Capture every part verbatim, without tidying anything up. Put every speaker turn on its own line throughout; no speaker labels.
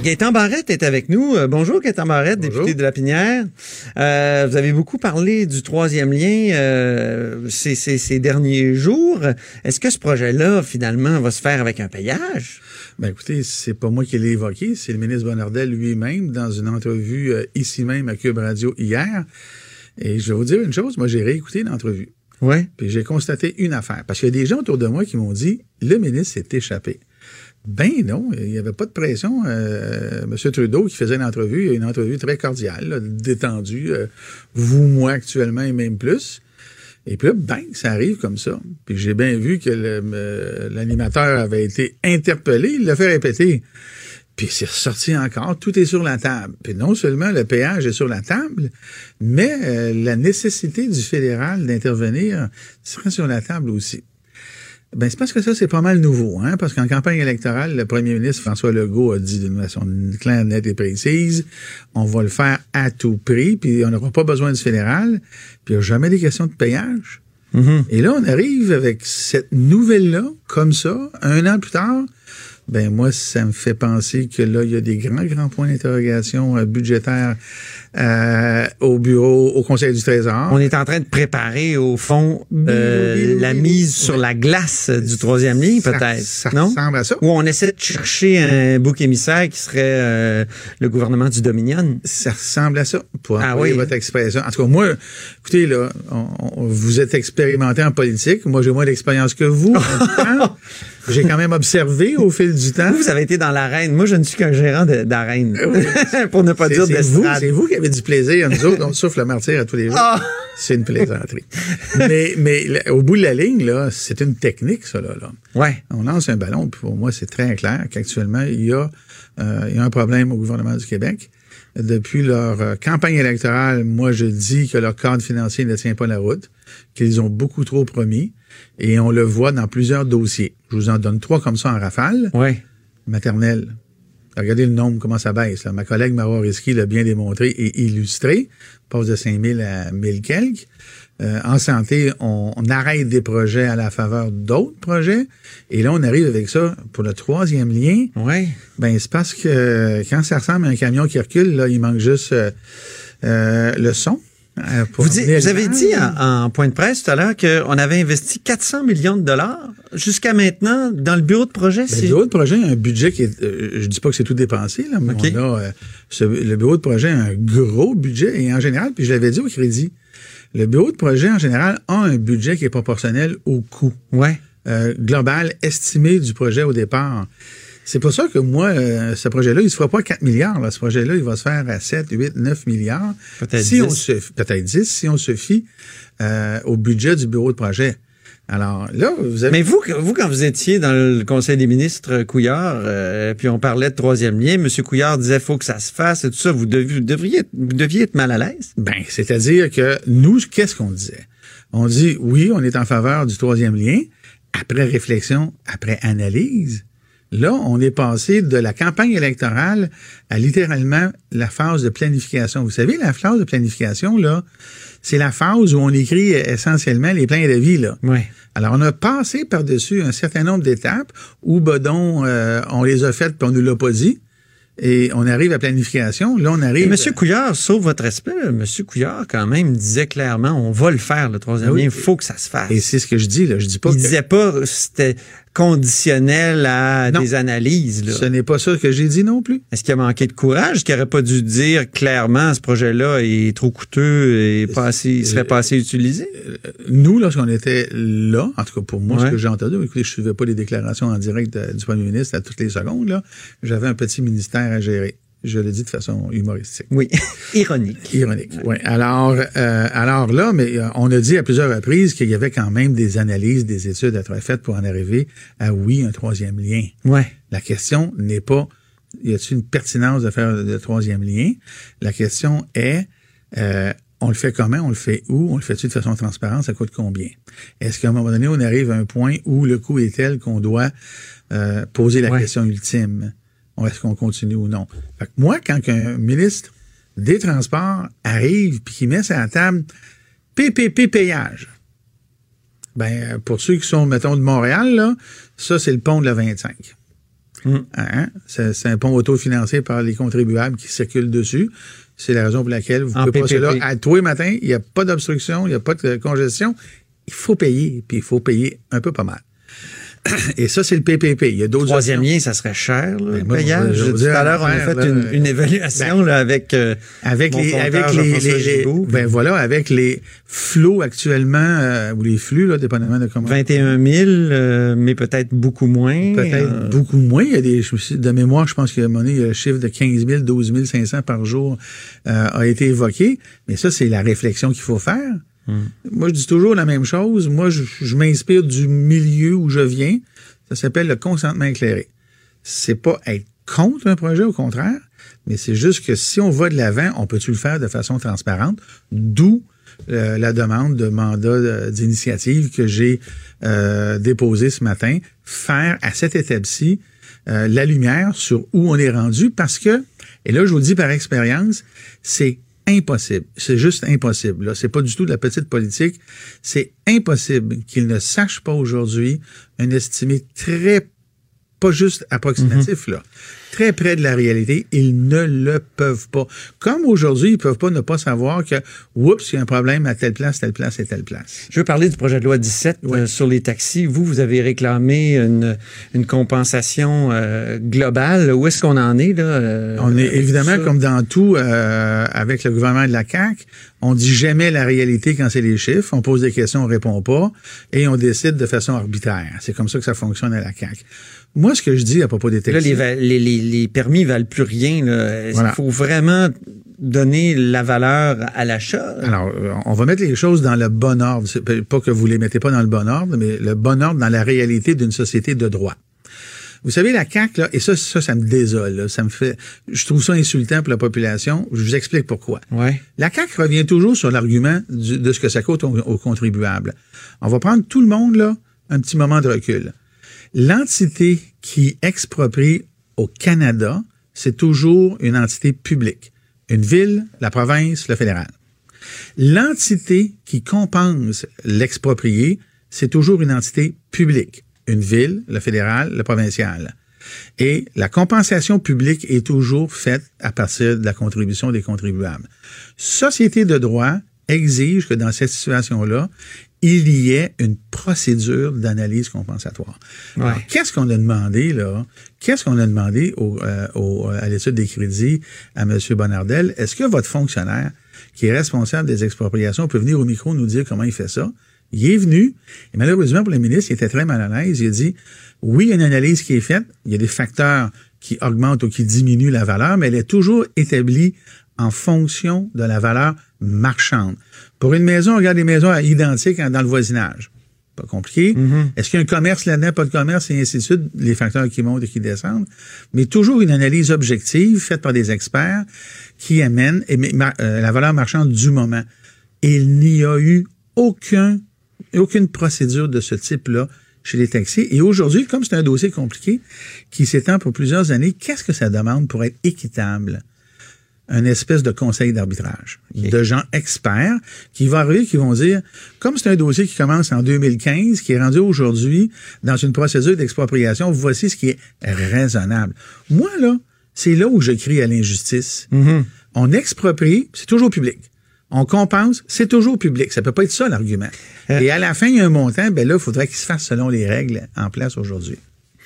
Gaétan Barrette est avec nous. Euh, bonjour Gaétan Barrette, bonjour. Député de Lapinière. Euh, vous avez beaucoup parlé du troisième lien euh, ces, ces, ces derniers jours. Est-ce que ce projet-là, finalement, va se faire avec un payage?
Ben écoutez, c'est pas moi qui l'ai évoqué, c'est le ministre Bonnardel lui-même dans une entrevue euh, ici même à Cube Radio hier. Et je vais vous dire une chose, moi j'ai réécouté l'entrevue.
Ouais.
Puis j'ai constaté une affaire. Parce qu'il y a des gens autour de moi qui m'ont dit, le ministre s'est échappé. Ben non, il n'y avait pas de pression. Euh, M. Trudeau qui faisait une entrevue, une entrevue très cordiale, là, détendue. Euh, vous, moi actuellement et même plus. Et puis là, bang, ça arrive comme ça. Puis j'ai bien vu que le, euh, l'animateur avait été interpellé, il l'a fait répéter. Puis c'est ressorti encore, tout est sur la table. Puis non seulement le péage est sur la table, mais euh, la nécessité du fédéral d'intervenir sera sur la table aussi. Ben c'est parce que ça, c'est pas mal nouveau, hein, parce qu'en campagne électorale, le premier ministre François Legault a dit d'une façon claire, nette et précise, on va le faire à tout prix, puis on n'aura pas besoin du fédéral, puis il n'y a jamais des questions de payage. Mm-hmm. Et là, on arrive avec cette nouvelle-là, comme ça, un an plus tard. Ben moi, ça me fait penser que là, il y a des grands, grands points d'interrogation euh, budgétaires euh, au bureau, au Conseil du Trésor.
On est en train de préparer, au fond, euh, oui, oui, la oui, mise oui. sur la glace du troisième lien, peut-être,
ça, ça
non?
ressemble à ça.
Ou on essaie de chercher un bouc émissaire qui serait euh, le gouvernement du Dominion.
Ça ressemble à ça, pour
ah,
employer
oui.
votre expression. En tout cas, moi, écoutez, là, on, on, vous êtes expérimenté en politique. Moi, j'ai moins d'expérience que vous. J'ai quand même observé au fil du temps.
Vous, vous avez été dans l'arène. Moi, je ne suis qu'un gérant de, d'arène. Oui. Pour ne pas
c'est,
dire
c'est
d'estrade.
Vous, c'est vous qui avez du plaisir. Nous autres, on souffle le martyr à tous les jours. Oh! C'est une plaisanterie. mais, mais au bout de la ligne, là, c'est une technique, ça, là. là.
Ouais.
On lance un ballon, puis pour moi, c'est très clair qu'actuellement, il y a, euh, il y a un problème au gouvernement du Québec. Depuis leur euh, campagne électorale, moi, je dis que leur cadre financier ne tient pas la route, qu'ils ont beaucoup trop promis, et on le voit dans plusieurs dossiers. Je vous en donne trois comme ça en rafale.
Oui.
Maternelle. Regardez le nombre, comment ça baisse. Là. Ma collègue Marois Risky l'a bien démontré et illustré. On passe de cinq mille à mille quelques. Euh, en santé, on, on arrête des projets à la faveur d'autres projets. Et là, on arrive avec ça pour le troisième lien.
Oui.
Ben, c'est parce que quand ça ressemble à un camion qui recule, là, il manque juste euh, euh, le son.
Euh, vous, dit, vous avez dit en, en point de presse tout à l'heure qu'on avait investi quatre cents millions de dollars jusqu'à maintenant dans le bureau de projet.
Ben, le bureau de projet a un budget qui est... Euh, je dis pas que c'est tout dépensé, là, mais okay. on a... Euh, ce, le bureau de projet a un gros budget et en général, puis je l'avais dit au crédit, le bureau de projet en général a un budget qui est proportionnel au coût
ouais.
euh, global estimé du projet au départ. C'est pour ça que moi, euh, ce projet-là, il ne se fera pas à quatre milliards. Là. Ce projet-là, il va se faire à sept, huit, neuf milliards.
Peut-être
si
dix.
On se, peut-être dix, si on se fie euh, au budget du bureau de projet. Alors là, vous avez...
Mais vous, vous quand vous étiez dans le Conseil des ministres Couillard, euh, puis on parlait de troisième lien, M. Couillard disait faut que ça se fasse et tout ça, vous deviez, vous devriez, vous deviez être mal à l'aise?
Ben, c'est-à-dire que nous, qu'est-ce qu'on disait? On dit, oui, on est en faveur du troisième lien. Après réflexion, après analyse, là, on est passé de la campagne électorale à littéralement la phase de planification. Vous savez, la phase de planification, là, c'est la phase où on écrit essentiellement les plans d'avis, là.
Oui.
Alors, on a passé par-dessus un certain nombre d'étapes où, ben donc, euh, on les a faites puis on nous l'a pas dit. Et on arrive à planification. Là, on arrive...
Et M. Couillard, sauf votre respect, là, M. Couillard, quand même, disait clairement, on va le faire, le troisième lien, il faut que ça se fasse.
Et c'est ce que je dis, là. Je dis pas
il
que...
disait pas c'était conditionnel à non, des analyses, là.
Ce n'est pas ça que j'ai dit non plus.
Est-ce qu'il a manqué de courage? Est-ce qu'il n'aurait pas dû dire clairement, ce projet-là est trop coûteux et pas assez, il serait pas assez utilisé?
Nous, lorsqu'on était là, en tout cas pour moi,
ouais.
ce que j'ai entendu, écoutez, je ne suivais pas les déclarations en direct de, du premier ministre à toutes les secondes, là. J'avais un petit ministère à gérer. Je le dis de façon humoristique.
Oui, ironique.
Ironique, oui. Ouais. Alors, euh, alors là, mais euh, on a dit à plusieurs reprises qu'il y avait quand même des analyses, des études à être faites pour en arriver à, oui, un troisième lien.
Ouais.
La question n'est pas, y a-t-il une pertinence de faire le troisième lien? La question est, euh, on le fait comment? On le fait où? On le fait-tu de façon transparente? Ça coûte combien? Est-ce qu'à un moment donné, on arrive à un point où le coût est tel qu'on doit euh, poser la ouais. question ultime? Est-ce qu'on continue ou non? Fait que moi, quand un ministre des Transports arrive puis qu'il met ça à la table P P P payage, ben pour ceux qui sont, mettons, de Montréal, là, ça, c'est le pont de la vingt-cinq. Mmh. Hein? C'est, c'est un pont autofinancé par les contribuables qui circulent dessus. C'est la raison pour laquelle vous
en
pouvez
P P P.
passer là à tous les matins. Il n'y a pas d'obstruction, il n'y a pas de congestion. Il faut payer, puis il faut payer un peu pas mal. Et ça, c'est le P P P. Il y a d'autres
Troisième
options.
lien, ça serait cher, là,
ben
le
moi,
payage.
je, je
Tout à l'heure, on a fait
là,
une, une évaluation
ben,
là, avec, euh,
avec
mon
les, avec
compteur,
les,
Jean-François
les, les
Gibault,
ben voilà, avec les flots actuellement, euh, ou les flux, là, dépendamment de comment.
vingt et un mille, euh, mais peut-être beaucoup moins.
Peut-être euh... beaucoup moins. Il y a des, de mémoire, je pense qu'il y a un moment donné, il y a le chiffre de quinze mille, douze mille cinq cents par jour euh, a été évoqué. Mais ça, c'est la réflexion qu'il faut faire. Hum. Moi, je dis toujours la même chose. Moi, je, je m'inspire du milieu où je viens. Ça s'appelle le consentement éclairé. C'est pas être contre un projet, au contraire, mais c'est juste que si on va de l'avant, on peut-tu le faire de façon transparente, d'où euh, la demande de mandat d'initiative que j'ai euh, déposée ce matin, faire à cette étape-ci euh, la lumière sur où on est rendu, parce que, et là je vous le dis par expérience, c'est impossible. C'est juste impossible. Là, c'est pas du tout de la petite politique. C'est impossible qu'ils ne sachent pas aujourd'hui un estimé très, pas juste approximatif, mm-hmm. là, très près de la réalité. Ils ne le peuvent pas. Comme aujourd'hui, ils peuvent pas ne pas savoir que, oups, il y a un problème à telle place, telle place et telle place.
Je veux parler du projet de loi dix-sept oui. euh, sur les taxis. Vous, vous avez réclamé une, une compensation euh, globale. Où est-ce qu'on en est, là? Euh,
on est évidemment, comme dans tout, euh, avec le gouvernement de la C A Q, on dit jamais la réalité quand c'est les chiffres. On pose des questions, on répond pas, et on décide de façon arbitraire. C'est comme ça que ça fonctionne à la C A Q. Moi, ce que je dis à propos des taxis...
Là, les, les, les permis valent plus rien. Là. Voilà. Il faut vraiment donner la valeur à l'achat.
Alors, on va mettre les choses dans le bon ordre. C'est pas que vous les mettez pas dans le bon ordre, mais le bon ordre dans la réalité d'une société de droit. Vous savez, la C A Q, là, et ça, ça, ça me désole. Là, ça me fait... Je trouve ça insultant pour la population. Je vous explique pourquoi.
Ouais.
La C A Q revient toujours sur l'argument du, de ce que ça coûte aux, aux contribuables. On va prendre tout le monde, là, un petit moment de recul. L'entité qui exproprie au Canada, c'est toujours une entité publique. Une ville, la province, le fédéral. L'entité qui compense l'exproprié, c'est toujours une entité publique. Une ville, le fédéral, le provincial. Et la compensation publique est toujours faite à partir de la contribution des contribuables. Société de droit exige que dans cette situation-là, il y ait une procédure d'analyse compensatoire.
Ouais.
Alors, qu'est-ce qu'on a demandé, là? Qu'est-ce qu'on a demandé au, euh, au, à l'étude des crédits à M. Bonnardel? Est-ce que votre fonctionnaire, qui est responsable des expropriations, peut venir au micro nous dire comment il fait ça? Il est venu, et malheureusement pour le ministre, il était très mal à l'aise. Il a dit, oui, il y a une analyse qui est faite, il y a des facteurs qui augmentent ou qui diminuent la valeur, mais elle est toujours établie en fonction de la valeur marchande. Pour une maison, on regarde des maisons identiques dans le voisinage. Pas compliqué. Mm-hmm. Est-ce qu'il y a un commerce là-dedans, pas de commerce, et ainsi de suite, les facteurs qui montent et qui descendent. Mais toujours une analyse objective faite par des experts qui amènent euh, la valeur marchande du moment. Et il n'y a eu aucun, aucune procédure de ce type-là chez les taxis. Et aujourd'hui, comme c'est un dossier compliqué qui s'étend pour plusieurs années, qu'est-ce que ça demande pour être équitable? Un espèce de conseil d'arbitrage okay. de gens experts qui vont arriver, qui vont dire, comme c'est un dossier qui commence en deux mille quinze, qui est rendu aujourd'hui dans une procédure d'expropriation, voici ce qui est raisonnable. Moi, là, c'est là où je crie à l'injustice. Mm-hmm. On exproprie, c'est toujours public. On compense, c'est toujours public. Ça peut pas être ça, l'argument. Euh, Et à la fin, il y a un montant, ben là, il faudrait qu'il se fasse selon les règles en place aujourd'hui.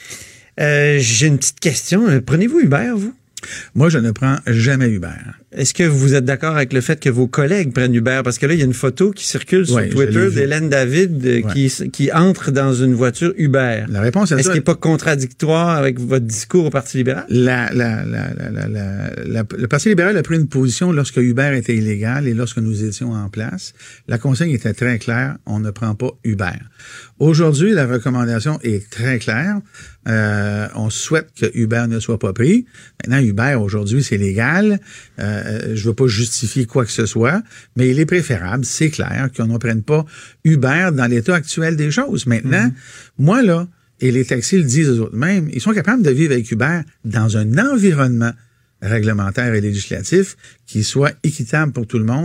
Euh, j'ai une petite question. Prenez-vous Uber, vous?
Moi, je ne prends jamais Uber.
Est-ce que vous êtes d'accord avec le fait que vos collègues prennent Uber? Parce que là, il y a une photo qui circule sur
oui,
Twitter d'Hélène David ouais. qui, qui entre dans une voiture Uber.
La réponse à
Est-ce
ça...
qu'il n'est pas contradictoire avec votre discours au Parti libéral?
La, la, la, la, la, la, la, le Parti libéral a pris une position lorsque Uber était illégal et lorsque nous étions en place. La consigne était très claire, on ne prend pas Uber. Aujourd'hui, la recommandation est très claire. Euh, on souhaite que Uber ne soit pas pris. Maintenant, Uber, aujourd'hui, c'est légal. Euh, je ne veux pas justifier quoi que ce soit, mais il est préférable, c'est clair, qu'on ne prenne pas Uber dans l'état actuel des choses. Maintenant, mm-hmm. moi, là, et les taxis le disent eux autres mêmes, ils sont capables de vivre avec Uber dans un environnement réglementaire et législatif qui soit équitable pour tout le monde,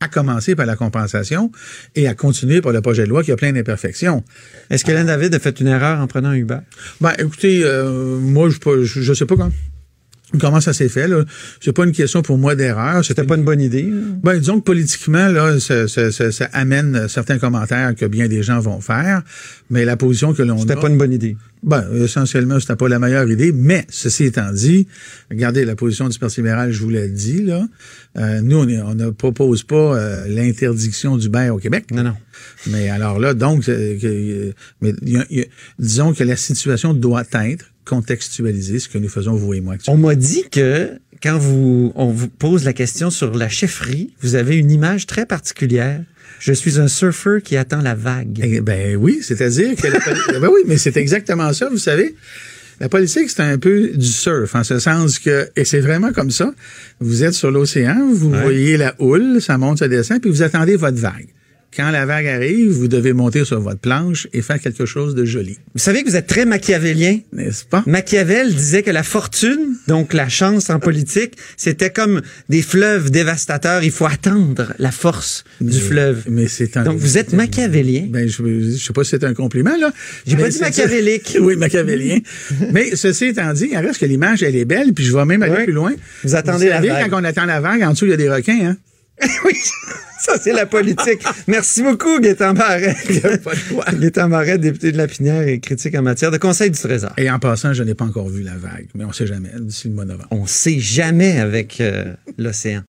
à commencer par la compensation et à continuer par le projet de loi qui a plein d'imperfections.
Est-ce que Hélène David a fait une erreur en prenant Uber?
Ben, écoutez, euh, moi, je, je, je sais pas quand. Comment ça s'est fait, là? C'est pas une question pour moi d'erreur.
C'était pas une bonne idée? Là.
Ben, disons que politiquement, là, ça, ça, ça, ça amène certains commentaires que bien des gens vont faire, mais la position que l'on a...
C'était pas une bonne idée?
Ben, essentiellement, c'était pas la meilleure idée, mais ceci étant dit, regardez, la position du Parti libéral, je vous l'ai dit, là, euh, nous, on, est, on ne propose pas euh, l'interdiction du Uber au Québec.
Non, non.
Mais alors là, donc, euh, que, mais, y a, y a, disons que la situation doit être contextualiser ce que nous faisons, vous et moi.
On m'a dit que quand vous, on vous pose la question sur la chefferie, vous avez une image très particulière. Je suis un surfeur qui attend la vague.
Eh ben oui, c'est-à-dire que... la, ben oui, mais c'est exactement ça, vous savez. La politique, c'est un peu du surf, en ce sens que, et c'est vraiment comme ça, vous êtes sur l'océan, vous ouais. voyez la houle, ça monte, ça descend, puis vous attendez votre vague. Quand la vague arrive, vous devez monter sur votre planche et faire quelque chose de joli.
Vous savez que vous êtes très machiavélien.
N'est-ce pas?
Machiavel disait que la fortune, donc la chance en politique, c'était comme des fleuves dévastateurs. Il faut attendre la force
mais,
du fleuve.
Mais c'est un...
Donc vous êtes machiavélien.
Ben, je, je sais pas si c'est un compliment, là.
J'ai pas dit machiavélique.
Oui, machiavélien. Mais ceci étant dit, il reste que l'image, elle est belle, puis je vais même aller oui. plus loin.
Vous attendez
vous
la
savez,
vague.
Quand on attend la vague, en dessous, il y a des requins, hein?
Oui, ça c'est la politique. Merci beaucoup, Gaétan Barrette. Gaétan Barrette, député de Lapinière et critique en matière de Conseil du Trésor.
Et en passant, je n'ai pas encore vu la vague, mais on ne sait jamais d'ici le mois de novembre.
On ne sait jamais avec euh, l'océan.